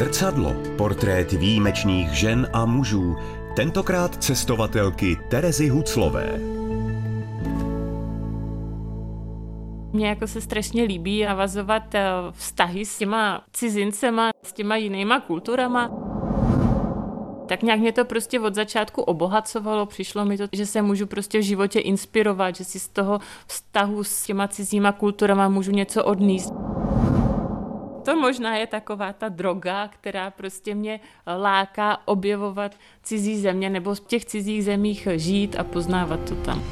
Zrcadlo, portrét výjimečných žen a mužů, tentokrát cestovatelky Terezy Huclové. Mně jako se strašně líbí navazovat vztahy s těma cizincema, s těma jinýma kulturama. Tak nějak mě to prostě od začátku obohacovalo, přišlo mi to, že se můžu prostě v životě inspirovat, že si z toho vztahu s těma cizíma kulturama můžu něco odníst. To možná je taková ta droga, která prostě mě láká objevovat cizí země nebo v těch cizích zemích žít a poznávat to tam.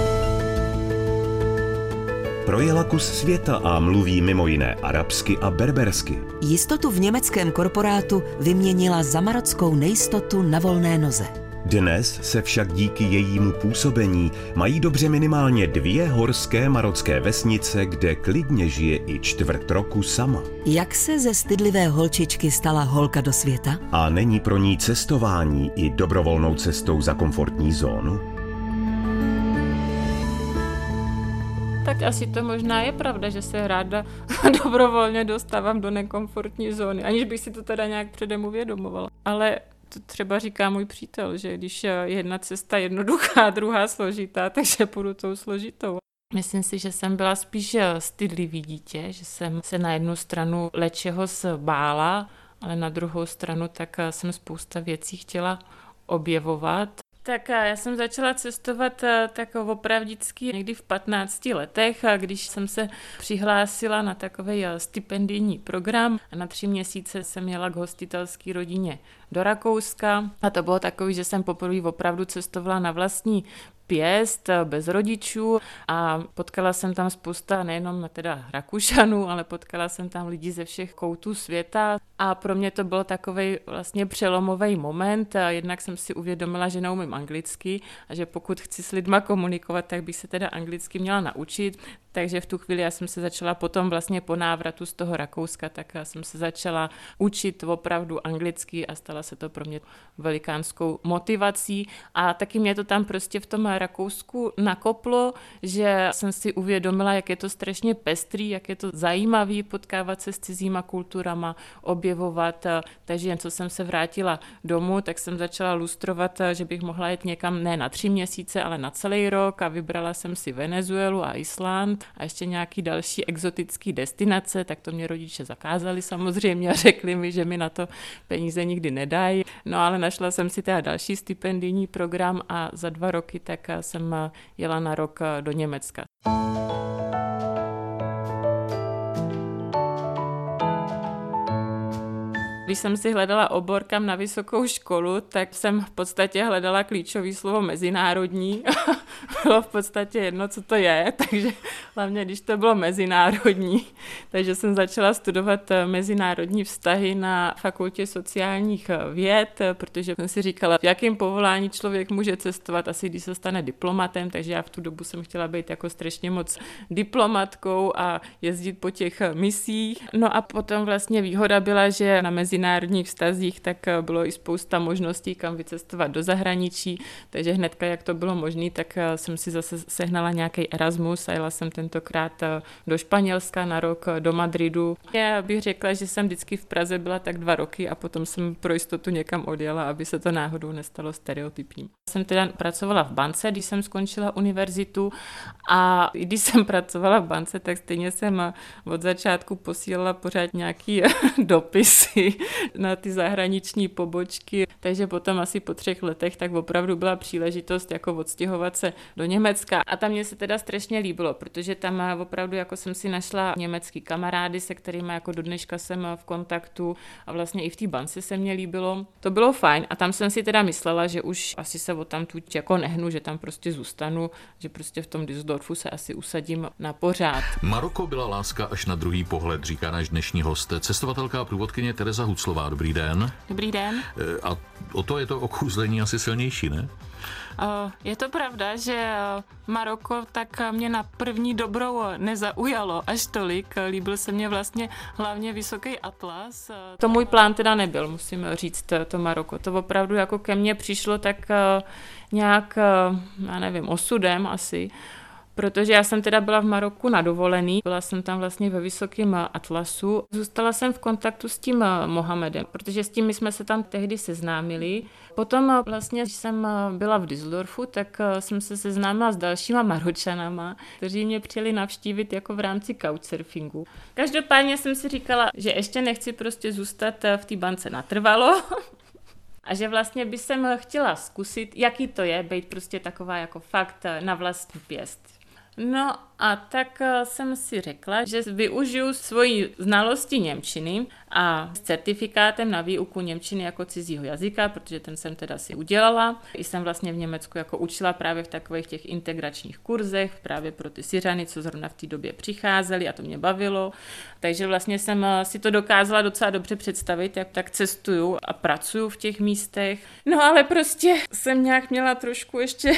Projela kus světa a mluví mimo jiné arabsky a berbersky. Jistotu v německém korporátu vyměnila za marockou nejistotu na volné noze. Dnes se však díky jejímu působení mají dobře minimálně 2 horské marocké vesnice, kde klidně žije i čtvrt roku sama. Jak se ze stydlivé holčičky stala holka do světa? A není pro ní cestování i dobrovolnou cestou za komfortní zónu? Tak asi to možná je pravda, že se ráda dobrovolně dostávám do nekomfortní zóny, aniž bych si to teda nějak předem uvědomovala. Ale to třeba říká můj přítel, že když jedna cesta jednoduchá, druhá složitá, takže půjdu tou složitou. Myslím si, že jsem byla spíš stydlivý dítě, že jsem se na jednu stranu lečeho bála, ale na druhou stranu tak jsem spousta věcí chtěla objevovat. Tak já jsem začala cestovat tak opravdicky někdy v 15 letech, když jsem se přihlásila na takový stipendijní program. Na 3 měsíce jsem jela k hostitelské rodině do Rakouska a to bylo takový, že jsem poprvé opravdu cestovala na vlastní pěst, bez rodičů a potkala jsem tam spousta nejenom teda Rakušanů, ale potkala jsem tam lidi ze všech koutů světa a pro mě to byl takovej vlastně přelomový moment. Jednak jsem si uvědomila, že neumím anglicky a že pokud chci s lidma komunikovat, tak bych se teda anglicky měla naučit. Takže v tu chvíli já jsem se začala potom vlastně po návratu z toho Rakouska, tak jsem se začala učit opravdu anglicky a stala se to pro mě velikánskou motivací a taky mě to tam prostě v tom Rakousku nakoplo, že jsem si uvědomila, jak je to strašně pestrý, jak je to zajímavý potkávat se s cizíma kulturama, objevovat, takže jen co jsem se vrátila domů, tak jsem začala lustrovat, že bych mohla jet někam ne na 3 měsíce, ale na celý rok a vybrala jsem si Venezuelu a Island a ještě nějaký další exotický destinace, tak to mě rodiče zakázali samozřejmě a řekli mi, že mi na to peníze nikdy nedají. No ale našla jsem si teda další stipendijní program a za 2 roky tak jsem jela na rok do Německa. Když jsem si hledala obor kam na vysokou školu, tak jsem v podstatě hledala klíčové slovo mezinárodní. Bylo v podstatě jedno, co to je, takže hlavně, když to bylo mezinárodní. Takže jsem začala studovat mezinárodní vztahy na fakultě sociálních věd, protože jsem si říkala, v jakém povolání člověk může cestovat, asi když se stane diplomatem, takže já v tu dobu jsem chtěla být jako strašně moc diplomatkou a jezdit po těch misích. No a potom vlastně výhoda byla, že na mezinárodních vztazích tak bylo i spousta možností, kam vycestovat do zahraničí, takže hnedka, jak to bylo možné, tak jsem si zase sehnala nějaký Erasmus a jela jsem tentokrát do Španělska na rok, do Madridu. Já bych řekla, že jsem vždycky v Praze byla tak 2 roky a potom jsem pro jistotu někam odjela, aby se to náhodou nestalo stereotypním. Jsem teda pracovala v bance, když jsem skončila univerzitu a když jsem pracovala v bance, tak stejně jsem od začátku posílala pořád nějaký dopisy na ty zahraniční pobočky, takže potom asi po 3 letech tak opravdu byla příležitost jako odstěhovat se do Německa a tam mě se teda strašně líbilo, protože tam opravdu jako jsem si našla německý kamarády, se kterými jako do dneška jsem v kontaktu a vlastně i v té bance se mně líbilo. To bylo fajn a tam jsem si teda myslela, že už asi se odtamtud jako nehnu, že tam prostě zůstanu, že prostě v tom Düsseldorfu se asi usadím na pořád. Maroko byla láska až na druhý pohled, říká náš dnešní host, cestovatelka a průvodkyně Tereza Huclová. Dobrý den. Dobrý den. A o to je to okouzlení asi silnější, ne? Je to pravda, že Maroko tak mě na první dobrou nezaujalo až tolik. Líbil se mně vlastně hlavně vysoký atlas. To můj plán teda nebyl, musím říct, to Maroko. To opravdu jako ke mně přišlo tak nějak, já nevím, osudem asi. Protože já jsem teda byla v Maroku na dovolený, byla jsem tam vlastně ve Vysokém Atlasu. Zůstala jsem v kontaktu s tím Mohamedem, protože s tím my jsme se tam tehdy seznámili. Potom vlastně, když jsem byla v Düsseldorfu, tak jsem se seznámila s dalšíma Maročanama, kteří mě přijeli navštívit jako v rámci couchsurfingu. Každopádně jsem si říkala, že ještě nechci prostě zůstat v té bance natrvalo, a že vlastně by jsem chtěla zkusit, jaký to je, být prostě taková jako fakt na vlastní pěst. No a tak jsem si řekla, že využiju svoji znalosti němčiny a s certifikátem na výuku němčiny jako cizího jazyka, protože ten jsem teda si udělala. I jsem vlastně v Německu jako učila právě v takových těch integračních kurzech, právě pro ty Syřany, co zrovna v té době přicházeli a to mě bavilo. Takže vlastně jsem si to dokázala docela dobře představit, jak tak cestuju a pracuju v těch místech. No ale prostě jsem nějak měla trošku ještě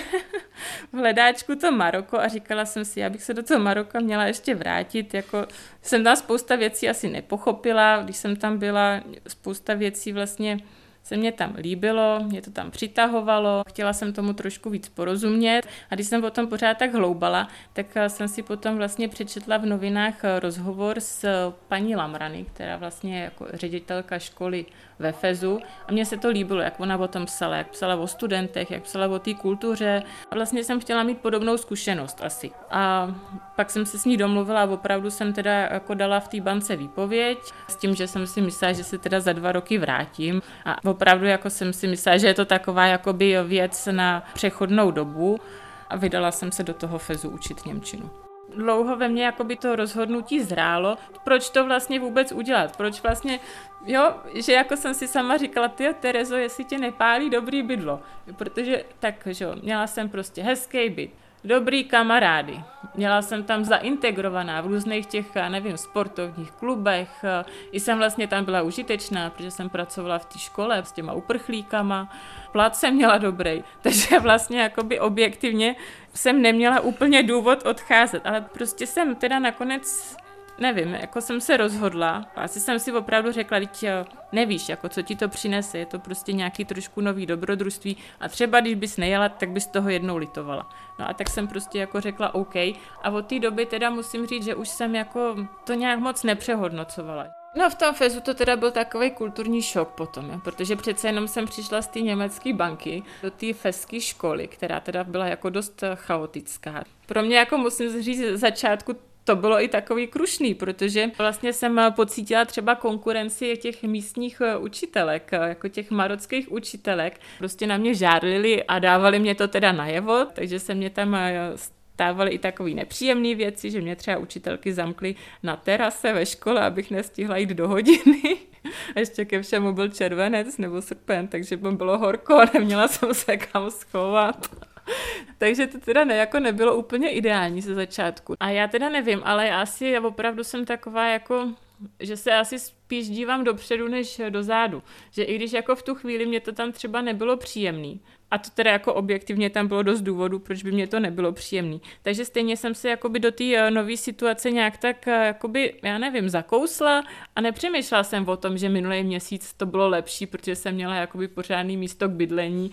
v hledáčku to Maroko a říkala jsem si, já bych se do toho Maroka měla ještě vrátit, jako jsem tam spousta věcí asi nepochopila, když jsem tam byla, spousta věcí vlastně se mě tam líbilo, mě to tam přitahovalo, chtěla jsem tomu trošku víc porozumět a když jsem potom pořád tak hloubala, tak jsem si potom vlastně přečetla v novinách rozhovor s paní Lamrany, která vlastně je jako ředitelka školy ve Fezu a mně se to líbilo, jak ona o tom psala, jak psala o studentech, jak psala o té kultuře a vlastně jsem chtěla mít podobnou zkušenost asi. A pak jsem se s ní domluvila a opravdu jsem teda jako dala v té bance výpověď s tím, že jsem si myslela, že se teda za 2 roky vrátím a opravdu jako jsem si myslela, že je to taková jakoby věc na přechodnou dobu a vydala jsem se do toho Fezu učit němčinu. Dlouho ve mně jakoby to rozhodnutí zrálo, proč to vlastně vůbec udělat, proč vlastně, jo, že jako jsem si sama říkala, tyjo Terezo, jestli tě nepálí dobrý bydlo, protože tak, že jo, měla jsem prostě hezký byt, dobrý kamarády, měla jsem tam zaintegrovaná v různých těch, já nevím, sportovních klubech, i jsem vlastně tam byla užitečná, protože jsem pracovala v té škole s těma uprchlíkama, plat jsem měla dobrý, takže vlastně jakoby objektivně jsem neměla úplně důvod odcházet, ale prostě jsem teda nakonec, nevím, jako jsem se rozhodla, asi jsem si opravdu řekla, teď nevíš, jako co ti to přinese, je to prostě nějaký trošku nový dobrodružství a třeba když bys nejela, tak bys toho jednou litovala. No a tak jsem prostě jako řekla OK a od té doby teda musím říct, že už jsem jako to nějak moc nepřehodnocovala. No v tom Fezu to teda byl takový kulturní šok potom, jo, protože přece jenom jsem přišla z té německé banky do té fezské školy, která teda byla jako dost chaotická. Pro mě jako musím říct z začátku to bylo i takový krušný, protože vlastně jsem pocítila třeba konkurenci těch místních učitelek, jako těch marockých učitelek. Prostě na mě žárlili a dávali mě to teda najevo, takže se mě tam stávaly i takové nepříjemné věci, že mě třeba učitelky zamkly na terase ve škole, abych nestihla jít do hodiny. A ještě ke všemu byl červenec nebo srpen, takže by bylo horko a neměla jsem se kam schovat. Takže to teda jako nebylo úplně ideální ze začátku. A já teda nevím, ale já opravdu jsem taková jako, že se asi spíš dívám dopředu než dozadu. Že i když jako v tu chvíli mě to tam třeba nebylo příjemný. A to teda jako objektivně tam bylo dost důvodů, proč by mě to nebylo příjemný. Takže stejně jsem se jakoby do té nové situace nějak tak jakoby, já nevím, zakousla a nepřemýšlela jsem o tom, že minulý měsíc to bylo lepší, protože jsem měla jakoby pořádný místo k bydlení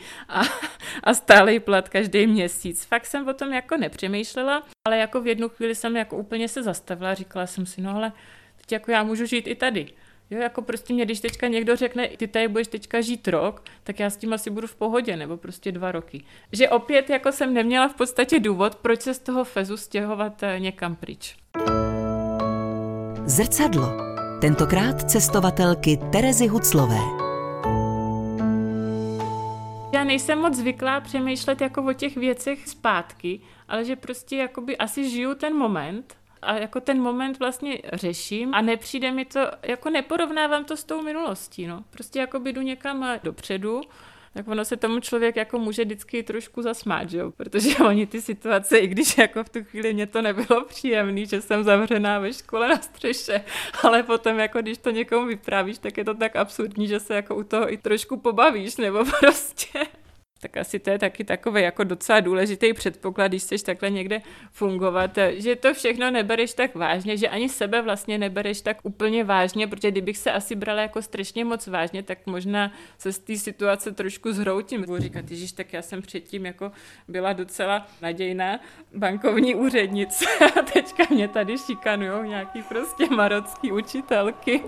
a stálej plat každý měsíc. Fakt jsem o tom jako nepřemýšlela, ale jako v jednu chvíli jsem jako úplně se zastavila a říkala jsem si, no ale teď jako já můžu žít i tady. Jo, jako prostě mě, když teďka někdo řekne, ty tady budeš teďka žít rok, tak já s tím asi budu v pohodě, nebo prostě 2 roky. Že opět jako jsem neměla v podstatě důvod, proč se z toho Fezu stěhovat někam pryč. Zrcadlo. Tentokrát cestovatelky Terezy Huclové. Já nejsem moc zvyklá přemýšlet jako o těch věcech zpátky, ale že prostě jakoby asi žiju ten moment a jako ten moment vlastně řeším a nepřijde mi to, jako neporovnávám to s tou minulostí, no. Prostě jako jdu někam dopředu, tak ono se tomu člověk jako může vždycky trošku zasmát, že jo, protože oni ty situace, i když jako v tu chvíli mě to nebylo příjemný, že jsem zavřená ve škole na střeše, ale potom jako když to někomu vyprávíš, tak je to tak absurdní, že se jako u toho i trošku pobavíš, nebo prostě... Tak asi to je taky takový jako docela důležitý předpoklad, když chceš takhle někde fungovat, že to všechno nebereš tak vážně, že ani sebe vlastně nebereš tak úplně vážně, protože kdybych se asi brala jako strašně moc vážně, tak možná se z té situace trošku zhroutím. Budu říkat, ježiš, tak já jsem předtím jako byla docela nadějná bankovní úřednice a teďka mě tady šikanujou nějaký prostě marocký učitelky.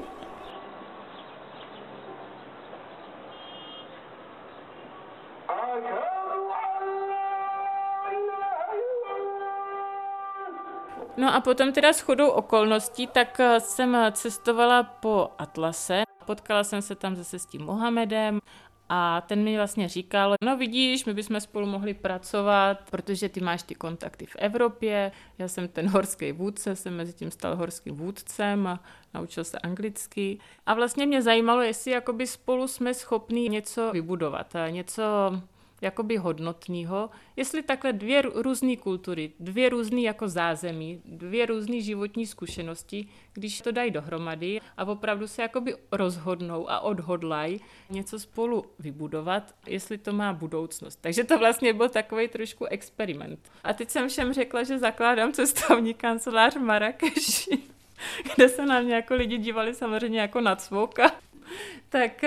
No a potom teda shodou okolností, tak jsem cestovala po Atlase. Potkala jsem se tam zase s tím Mohamedem a ten mi vlastně říkal, no vidíš, my bychom spolu mohli pracovat, protože ty máš ty kontakty v Evropě, já jsem ten horský vůdce, jsem mezi tím stal horským vůdcem a naučil se anglicky. A vlastně mě zajímalo, jestli jakoby spolu jsme schopní něco vybudovat, něco jakoby hodnotného, jestli takhle dvě různé kultury, dvě různé jako zázemí, dvě různé životní zkušenosti, když to dají dohromady a opravdu se jakoby rozhodnou a odhodlají něco spolu vybudovat, jestli to má budoucnost. Takže to vlastně byl takový trošku experiment. A teď jsem všem řekla, že zakládám cestovní kancelář v Marrakeši, kde se na mě jako lidi dívali samozřejmě jako na cvouka. Tak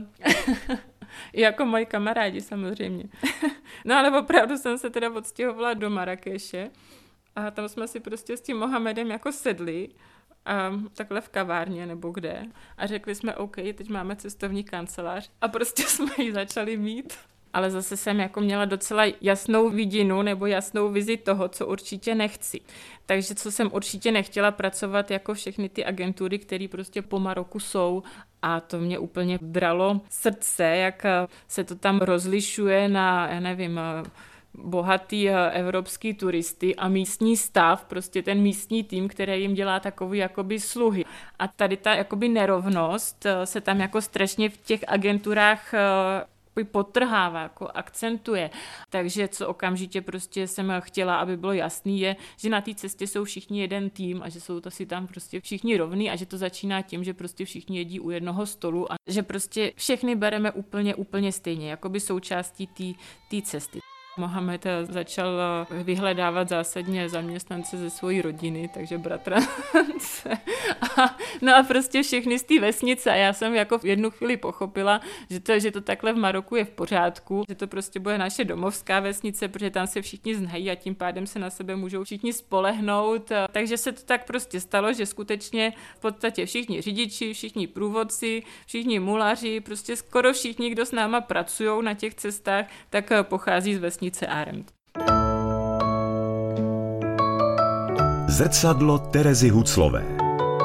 jako moji kamarádi samozřejmě. No ale opravdu jsem se teda odstěhovala do Marrakeše a tam jsme si prostě s tím Mohamedem jako sedli a takhle v kavárně nebo kde a řekli jsme OK, teď máme cestovní kancelář a prostě jsme ji začali mít. Ale zase jsem jako měla docela jasnou vidinu nebo jasnou vizi toho, co určitě nechci. Takže co jsem určitě nechtěla pracovat jako všechny ty agentury, které prostě po Maroku jsou a to mě úplně dralo srdce, jak se to tam rozlišuje na, já nevím, bohatý evropský turisty a místní stav, prostě ten místní tým, který jim dělá takový jakoby sluhy. A tady ta jakoby nerovnost se tam jako strašně v těch agenturách podtrhává, jako akcentuje. Takže co okamžitě prostě jsem chtěla, aby bylo jasný, je, že na té cestě jsou všichni jeden tým a že jsou to si tam prostě všichni rovní a že to začíná tím, že prostě všichni jedí u jednoho stolu a že prostě všechny bereme úplně stejně, jakoby součástí té cesty. Mohamed začal vyhledávat zásadně zaměstnance ze své rodiny, takže bratrance. No a prostě všechny z té vesnice. A já jsem jako v jednu chvíli pochopila, že to takhle v Maroku je v pořádku, že to prostě bude naše domovská vesnice, protože tam se všichni znají a tím pádem se na sebe můžou všichni spolehnout. Takže se to tak prostě stalo, že skutečně v podstatě všichni řidiči, všichni průvodci, všichni mulaři, prostě skoro všichni, kdo s náma pracují na těch cestách, tak pochází z vesnice Aremt. Zrcadlo Terezy Huclové.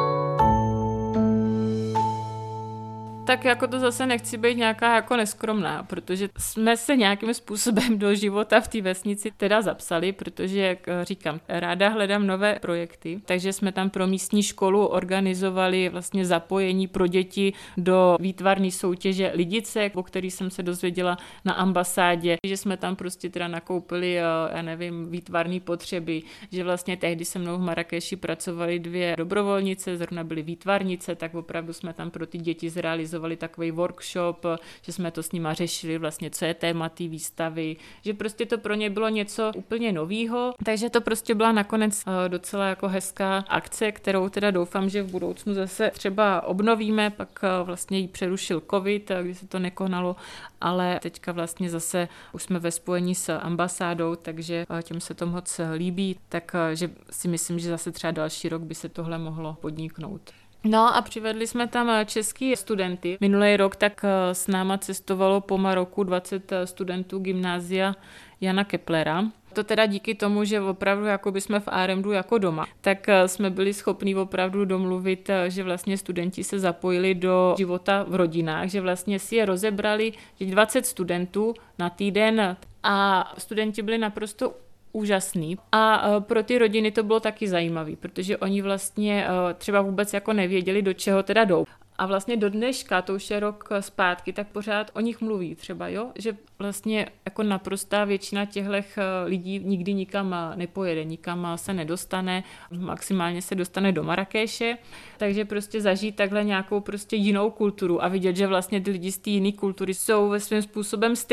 Tak jako to zase nechci být nějaká jako neskromná, protože jsme se nějakým způsobem do života v té vesnici teda zapsali, protože, jak říkám, ráda hledám nové projekty, takže jsme tam pro místní školu organizovali vlastně zapojení pro děti do výtvarné soutěže Lidice, o který jsem se dozvěděla na ambasádě, že jsme tam prostě teda nakoupili, já nevím, výtvarné potřeby, že vlastně tehdy se mnou v Marrakeši pracovali 2 dobrovolnice, zrovna byly výtvarnice, tak opravdu jsme tam pro ty děti zrealizovali takový workshop, že jsme to s nima řešili vlastně, co je téma té výstavy, že prostě to pro ně bylo něco úplně novýho, takže to prostě byla nakonec docela jako hezká akce, kterou teda doufám, že v budoucnu zase třeba obnovíme, pak vlastně jí přerušil covid, kdy se to nekonalo, ale teďka vlastně zase už jsme ve spojení s ambasádou, takže těm se to moc líbí, takže si myslím, že zase třeba další rok by se tohle mohlo podniknout. No a přivedli jsme tam český studenty. Minulý rok tak s náma cestovalo po Maroku 20 studentů gymnázia Jana Keplera. To teda díky tomu, že opravdu jako by jsme v Aremdu jako doma, tak jsme byli schopni opravdu domluvit, že vlastně studenti se zapojili do života v rodinách, že vlastně si je rozebrali, že 20 studentů na týden a studenti byli naprosto úžasný. A pro ty rodiny to bylo taky zajímavý, protože oni vlastně třeba vůbec jako nevěděli, do čeho teda jdou. A vlastně do dneška, to už je rok zpátky, tak pořád o nich mluví třeba, jo? Že vlastně jako naprostá většina těchto lidí nikdy nikam nepojede, nikam se nedostane, maximálně se dostane do Marrakeše, takže prostě zažít takhle nějakou prostě jinou kulturu a vidět, že vlastně ty lidi z té jiné kultury jsou ve svým způsobem stejný.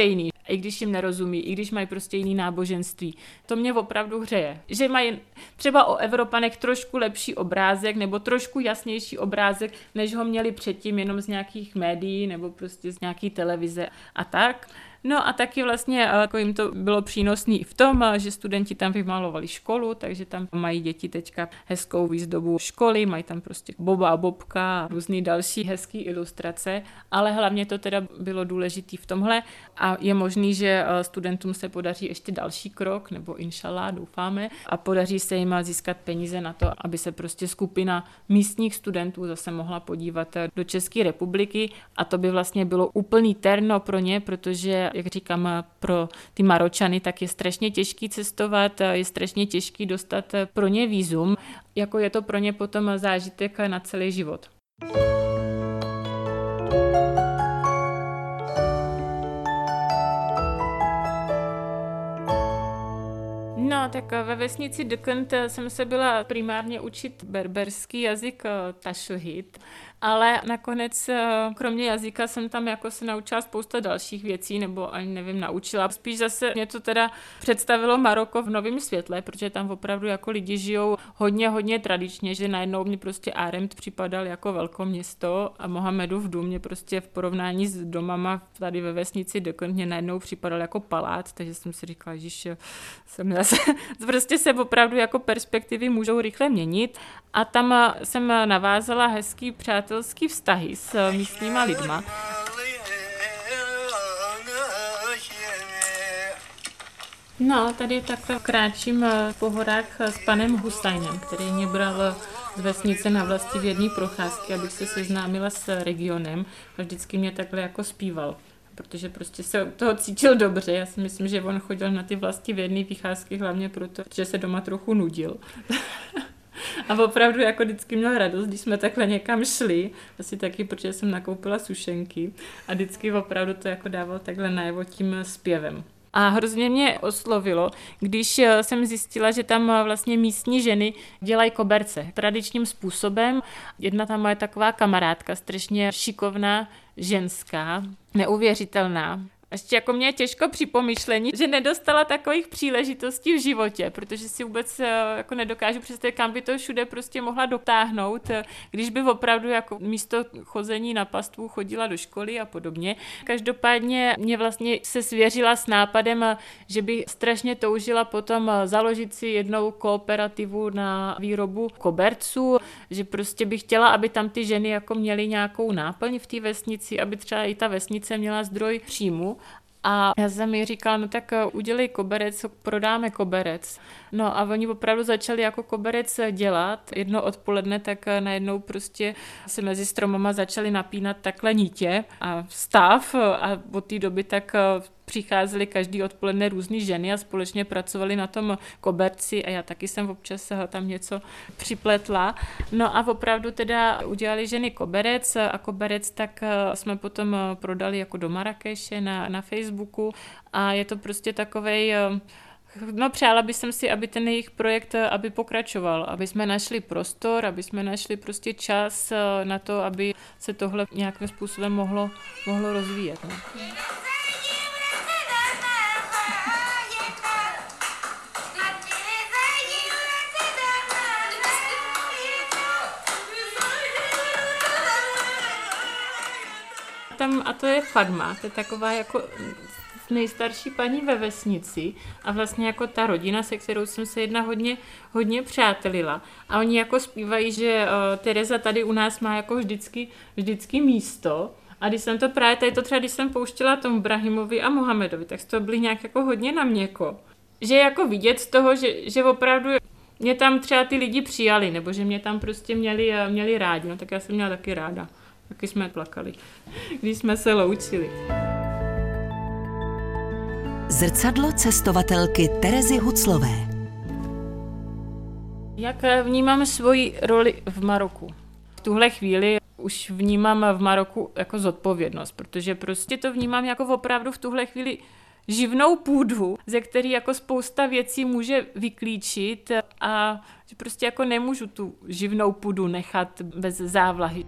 i když jim nerozumí, i když mají prostě jiný náboženství. To mě opravdu hřeje. Že mají třeba o Evropanech trošku lepší obrázek nebo trošku jasnější obrázek, než ho měli předtím jenom z nějakých médií nebo prostě z nějaký televize a tak. No a taky vlastně jako jim to bylo přínosný v tom, že studenti tam vymalovali školu, takže tam mají děti teďka hezkou výzdobu školy, mají tam prostě Boba a Bobka a různý další hezký ilustrace, ale hlavně to teda bylo důležitý v tomhle a je možný, že studentům se podaří ještě další krok, nebo inšallah, doufáme, a podaří se jim získat peníze na to, aby se prostě skupina místních studentů zase mohla podívat do České republiky a to by vlastně bylo úplný terno pro ně, protože jak říkám, pro ty Maročany, tak je strašně těžký cestovat, je strašně těžký dostat pro ně vízum, jako je to pro ně potom zážitek na celý život. No, tak ve vesnici Dkent jsem se byla primárně učit berberský jazyk tašlhit, ale nakonec kromě jazyka jsem tam jako se naučila spousta dalších věcí, nebo ani nevím, naučila. Spíš zase mě to teda představilo Maroko v novém světle, protože tam opravdu jako lidi žijou hodně tradičně, že najednou mě prostě Aremt připadal jako velkoměsto a Mohamedův dům mě prostě v porovnání s domama tady ve vesnici Dkent mě najednou připadal jako palác, takže jsem si říkala, že jsem zase prostě se opravdu jako perspektivy můžou rychle měnit a tam jsem navázala hezký přátelský vztahy s místníma lidma. No, tady takhle kráčím po horách s panem Husajnem, který mě bral z vesnice na vlastivědný procházky, abych se seznámila s regionem a vždycky mě takhle jako zpíval. Protože prostě se toho cítil dobře. Já si myslím, že on chodil na ty vlastivědné vycházky hlavně proto, že se doma trochu nudil. A opravdu jako vždycky měl radost, když jsme takhle někam šli, asi taky, protože jsem nakoupila sušenky a vždycky opravdu to jako dával takhle najevo tím zpěvem. A hrozně mě oslovilo, když jsem zjistila, že tam vlastně místní ženy dělají koberce tradičním způsobem. Jedna tam moje taková kamarádka, strašně šikovná ženská, neuvěřitelná. Ještě jako mě je těžko při pomyšlení, že nedostala takových příležitostí v životě, protože si vůbec jako nedokážu představit, kam by to všude prostě mohla dotáhnout, když by opravdu jako místo chození na pastvu chodila do školy a podobně. Každopádně mě vlastně se svěřila s nápadem, že by strašně toužila potom založit si jednou kooperativu na výrobu koberců, že prostě bych chtěla, aby tam ty ženy jako měly nějakou náplň v té vesnici, aby třeba i ta vesnice měla zdroj příjmu. A já jsem jí říkala, no tak udělej koberec, prodáme koberec. No a oni opravdu začali jako koberec dělat. Jedno odpoledne tak najednou prostě se mezi stromama začali napínat takhle nitě a stav a od té doby tak přicházely každý odpoledne různý ženy a společně pracovali na tom koberci a já taky jsem občas tam něco připletla. No a opravdu teda udělali ženy koberec a koberec tak jsme potom prodali jako do Marrakeše na Facebooku a je to prostě takovej... No přála bych si, aby ten jejich projekt, aby pokračoval, aby jsme našli prostor, aby jsme našli prostě čas na to, aby se tohle nějakým způsobem mohlo rozvíjet. No. Tam, a to je Fadma, to je taková jako nejstarší paní ve vesnici a vlastně jako ta rodina, se kterou jsem se jedna hodně přátelila. A oni jako zpívají, že Tereza tady u nás má jako vždycky místo. A když jsem to právě, tady to třeba, když jsem pouštěla tomu Brahimovi a Mohamedovi, tak to byli nějak jako hodně na měko. Že jako vidět z toho, že opravdu mě tam třeba ty lidi přijali, nebo že mě tam prostě měli rádi, no tak já jsem měla taky ráda. Taky jsme plakali, když jsme se loučili. Zrcadlo cestovatelky Terezy Huclové. Jak vnímám svoji roli v Maroku? V tuhle chvíli už vnímám v Maroku jako zodpovědnost, protože prostě to vnímám jako opravdu v tuhle chvíli živnou půdu, ze který jako spousta věcí může vyklíčit a že prostě jako nemůžu tu živnou půdu nechat bez závlahy.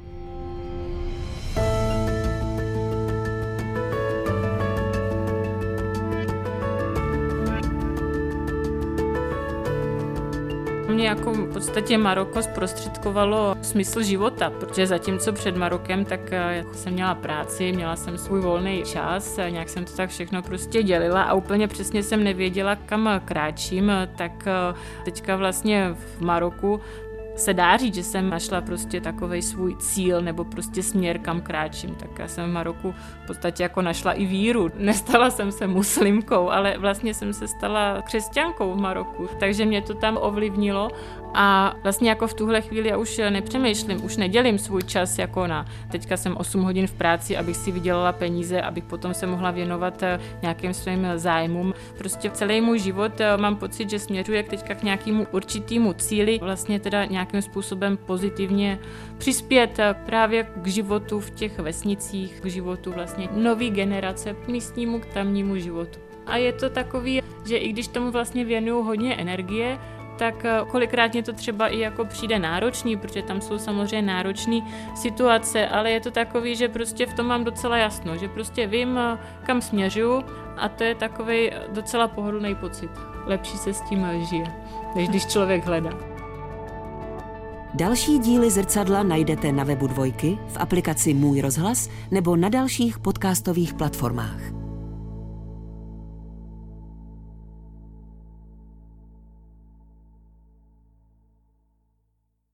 Mě jako v podstatě Maroko zprostředkovalo smysl života, protože zatímco před Marokem, tak jsem měla práci, měla jsem svůj volný čas, nějak jsem to tak všechno prostě dělila a úplně přesně jsem nevěděla, kam kráčím, tak teďka vlastně v Maroku se dá říct, že jsem našla prostě takovej svůj cíl nebo prostě směr, kam kráčím. Tak já jsem v Maroku v podstatě jako našla i víru. Nestala jsem se muslimkou, ale vlastně jsem se stala křesťankou v Maroku. Takže mě to tam ovlivnilo a vlastně jako v tuhle chvíli já už nepřemýšlím, už nedělím svůj čas jako teďka jsem 8 hodin v práci, abych si vydělala peníze, abych potom se mohla věnovat nějakým svým zájmům. Prostě celý můj život mám pocit, že směřuje teďka k nějakému určitému cíli, vlastně teda nějakým způsobem pozitivně přispět právě k životu v těch vesnicích, k životu vlastně nový generace, k místnímu, k tamnímu životu. A je to takový, že i když tomu vlastně věnuju hodně energie, tak kolikrát mě to třeba i jako přijde náročný, protože tam jsou samozřejmě náročné situace, ale je to takový, že prostě v tom mám docela jasno, že prostě vím, kam směřuju a to je takovej docela pohodlný pocit. Lepší se s tím žije, než když člověk hledá. Další díly Zrcadla najdete na webu Dvojky, v aplikaci Můj rozhlas nebo na dalších podcastových platformách.